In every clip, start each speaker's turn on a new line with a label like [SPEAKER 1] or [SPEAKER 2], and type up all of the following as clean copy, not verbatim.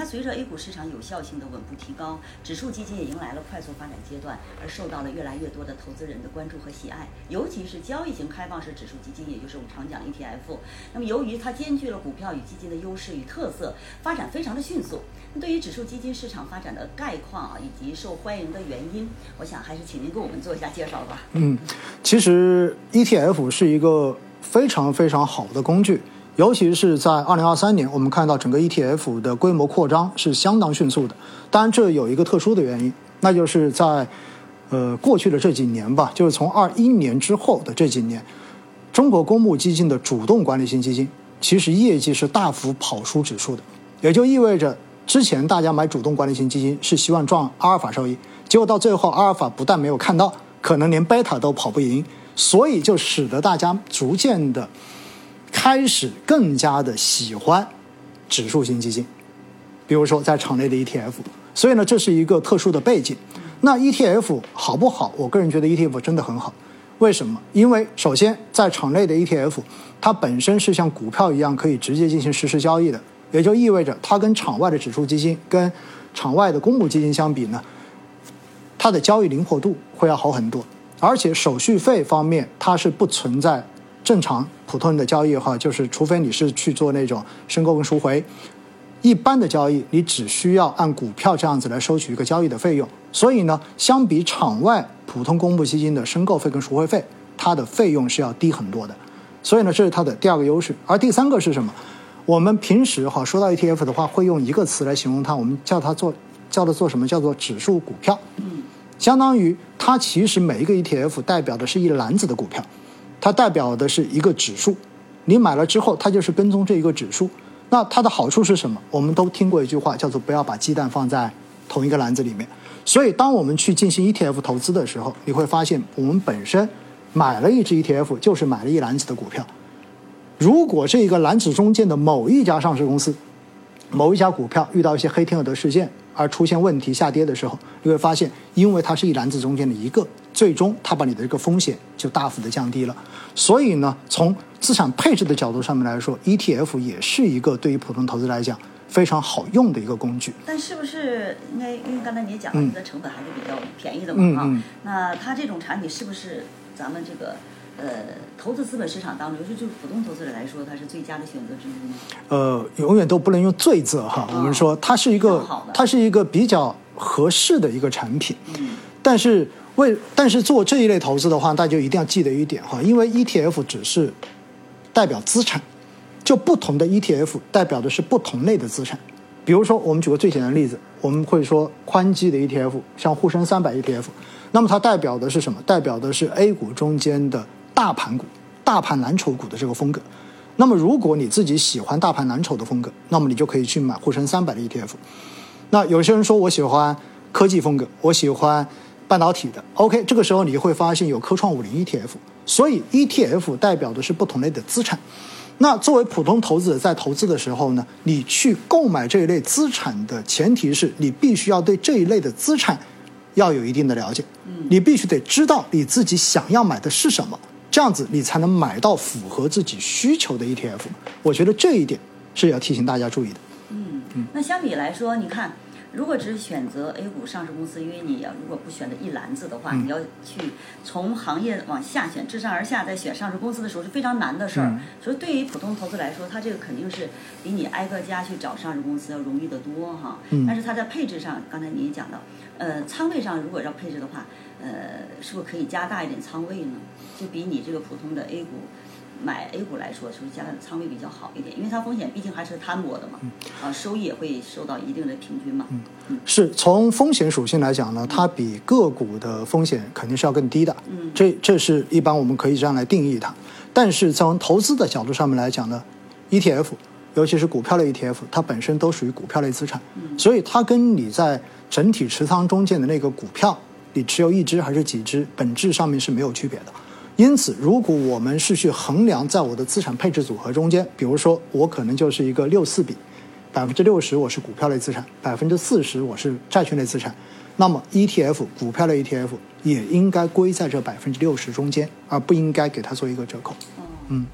[SPEAKER 1] 随着 A 股市场有效性的稳步提高，指数基金也迎来了快速发展阶段，而受到了越来越多的投资人的关注和喜爱。尤其是交易型开放式指数基金，也就是我们常讲 ETF。那么由于它兼具了股票与基金的优势与特色，发展非常的迅速。那对于指数基金市场发展的概况以及受欢迎的原因，我想还是请您给我们做一下介绍吧。
[SPEAKER 2] 其实 ETF 是一个非常非常好的工具。尤其是在2023年，我们看到整个 ETF 的规模扩张是相当迅速的。当然，这有一个特殊的原因，那就是在过去的这几年吧，就是从21年之后的这几年，中国公募基金的主动管理型基金其实业绩是大幅跑输指数的，也就意味着之前大家买主动管理型基金是希望赚阿尔法收益，结果到最后阿尔法不但没有看到，可能连贝塔都跑不赢，所以就使得大家逐渐的开始更加的喜欢指数型基金，比如说在场内的 ETF。 所以呢，这是一个特殊的背景。那 ETF 好不好？我个人觉得 ETF 真的很好。为什么？因为首先在场内的 ETF 它本身是像股票一样可以直接进行实时交易的，也就意味着它跟场外的指数基金跟场外的公募基金相比呢，它的交易灵活度会要好很多。而且手续费方面它是不存在正常普通人的交易就是除非你是去做那种申购跟赎回，一般的交易你只需要按股票这样子来收取一个交易的费用。所以呢，相比场外普通公募基金的申购费跟赎回费，它的费用是要低很多的。所以呢，这是它的第二个优势。而第三个是什么？我们平时说到 ETF 的话，会用一个词来形容它，我们叫它做什么？叫做指数股票。相当于它其实每一个 ETF 代表的是一篮子的股票，它代表的是一个指数，你买了之后它就是跟踪这一个指数。那它的好处是什么？我们都听过一句话叫做不要把鸡蛋放在同一个篮子里面。所以当我们去进行 ETF 投资的时候，你会发现我们本身买了一只 ETF 就是买了一篮子的股票。如果这一个篮子中间的某一家上市公司某一家股票遇到一些黑天鹅的事件而出现问题下跌的时候，你会发现因为它是一篮子中间的一个，最终它把你的这个风险就大幅的降低了。所以呢，从资产配置的角度上面来说， ETF 也是一个对于普通投资来讲非常好用的一个工具。
[SPEAKER 1] 但是不是因为刚才你也讲了，它的成本还是比较便宜的嘛那它这种产品是不是咱们这个投资资本市场当中，尤其就是普通投资者来说，它是最佳的选择之一呢？
[SPEAKER 2] 永远都不能用最字我们说它是一个比较合适的一个产品。但是做这一类投资的话，大家就一定要记得一点因为 ETF 只是代表资产，就不同的 ETF 代表的是不同类的资产。比如说我们举个最简单的例子，我们会说宽基的 ETF， 像沪深300 ETF， 那么它代表的是什么？代表的是 A 股中间的大盘股、大盘蓝筹股的这个风格。那么如果你自己喜欢大盘蓝筹的风格，那么你就可以去买沪深300的 ETF。 那有些人说我喜欢科技风格，我喜欢半导体的 OK， 这个时候你会发现有科创50 ETF。 所以 ETF 代表的是不同类的资产。那作为普通投资者在投资的时候呢，你去购买这一类资产的前提是你必须要对这一类的资产要有一定的了解，你必须得知道你自己想要买的是什么，这样子你才能买到符合自己需求的 ETF。 我觉得这一点是要提醒大家注意的。
[SPEAKER 1] 那相比来说，你看如果只是选择 A 股上市公司，因为你如果不选择一篮子的话，你要去从行业往下选，自上而下再选上市公司的时候是非常难的事儿。所以对于普通投资来说，它这个肯定是比你挨个家去找上市公司要容易得多但是它在配置上，刚才你也讲到，仓位上如果要配置的话，是不是可以加大一点仓位呢？就比你这个普通的 A 股买 A 股来说，是不是加的仓位比较好一点？因为它风险毕竟还是摊薄的嘛，收益也会受到一定的平均嘛。
[SPEAKER 2] 是从风险属性来讲呢，它比个股的风险肯定是要更低的。这是一般我们可以这样来定义它。但是从投资的角度上面来讲呢 ，ETF 尤其是股票类 ETF， 它本身都属于股票类资产，所以它跟你在整体持仓中间的那个股票，你持有一只还是几只，本质上面是没有区别的。因此如果我们是去衡量在我的资产配置组合中间，比如说我可能就是一个6-4比，60%我是股票类资产，40%我是债券类资产，那么 ETF 股票类 ETF 也应该归在这60%中间，而不应该给它做一个折扣。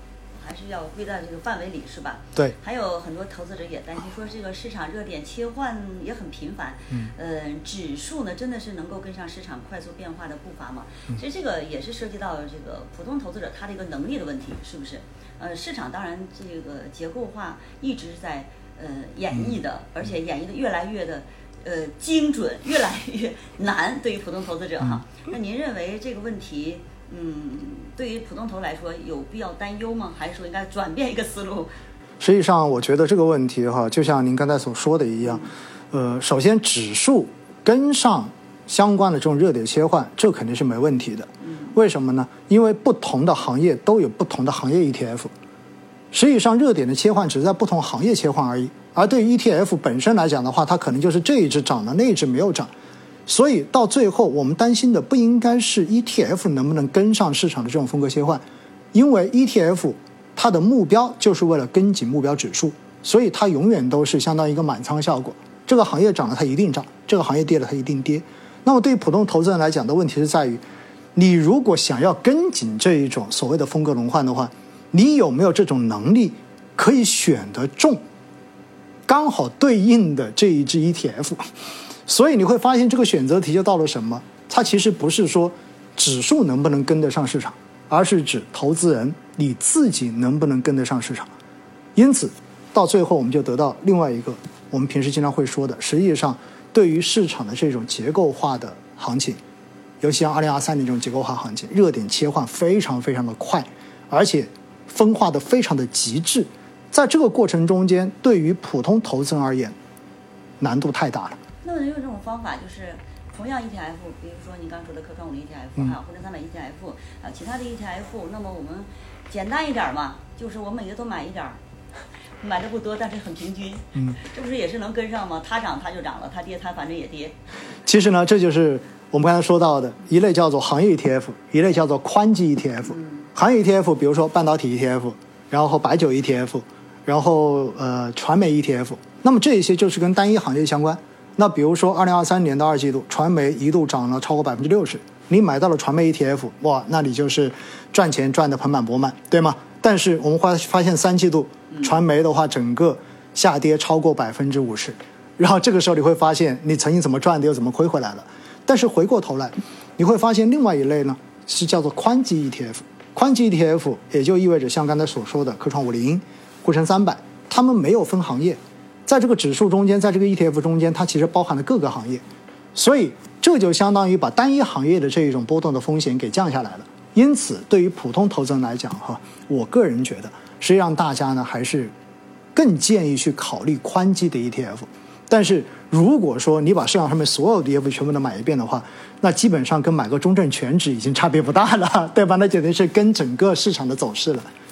[SPEAKER 1] 还是要归在这个范围里，是吧？
[SPEAKER 2] 对。
[SPEAKER 1] 还有很多投资者也担心说，这个市场热点切换也很频繁。指数呢，真的是能够跟上市场快速变化的步伐吗？其实这个也是涉及到这个普通投资者他的一个能力的问题，是不是？市场当然这个结构化一直是在演绎的，而且演绎的越来越的精准，越来越难，对于普通投资者哈。那您认为这个问题，对于普通投来说有必要担忧吗？还是说应该转变一个思路？
[SPEAKER 2] 实际上，我觉得这个问题哈，就像您刚才所说的一样，首先指数跟上相关的这种热点切换，这肯定是没问题的。为什么呢？因为不同的行业都有不同的行业 ETF， 实际上热点的切换只是在不同行业切换而已。而对于 ETF 本身来讲的话，它可能就是这一只涨了，那一只没有涨。所以到最后，我们担心的不应该是 ETF 能不能跟上市场的这种风格切换，因为 ETF 它的目标就是为了跟紧目标指数，所以它永远都是相当于一个满仓效果。这个行业涨了，它一定涨；这个行业跌了，它一定跌。那么对于普通投资人来讲的问题是在于，你如果想要跟紧这一种所谓的风格轮换的话，你有没有这种能力可以选得中刚好对应的这一只 ETF？ 所以你会发现这个选择题就到了什么？它其实不是说指数能不能跟得上市场，而是指投资人你自己能不能跟得上市场。因此到最后我们就得到另外一个我们平时经常会说的，实际上对于市场的这种结构化的行情，尤其像2023年这种结构化行情，热点切换非常非常的快，而且分化的非常的极致。在这个过程中间，对于普通投资人而言，难度太大了。
[SPEAKER 1] 那么用这种方法，就是同样 ETF， 比如说你刚说的科创五零 ETF， 还有沪深300 ETF， 还有其他的 ETF， 那么我们简单一点嘛，就是我每个都买一点，买的不多，但是很平均。这不是也是能跟上吗？它涨它就涨了，它跌它反正也跌。
[SPEAKER 2] 其实呢，这就是我们刚才说到的一类叫做行业 ETF， 一类叫做宽基 ETF。行业 ETF 比如说半导体 ETF， 然后白酒 ETF， 然后传媒 ETF， 那么这一些就是跟单一行业相关。那比如说2023年的2季度，传媒一度涨了超过 60%， 你买到了传媒 ETF， 哇，那你就是赚钱赚得盆满钵满，对吗？但是我们发现3季度传媒的话整个下跌超过 50%， 然后这个时候你会发现你曾经怎么赚的又怎么亏回来了。但是回过头来你会发现另外一类呢是叫做宽基 ETF， 宽基 ETF 也就意味着像刚才所说的科创50、沪深300，他们没有分行业，在这个指数中间，在这个 ETF 中间，它其实包含了各个行业，所以这就相当于把单一行业的这一种波动的风险给降下来了。因此对于普通投资人来讲我个人觉得实际上大家呢还是更建议去考虑宽基的 ETF。 但是如果说你把市场上面所有的 ETF 全部都买一遍的话，那基本上跟买个中证全指已经差别不大了，对吧？那简直是跟整个市场的走势了。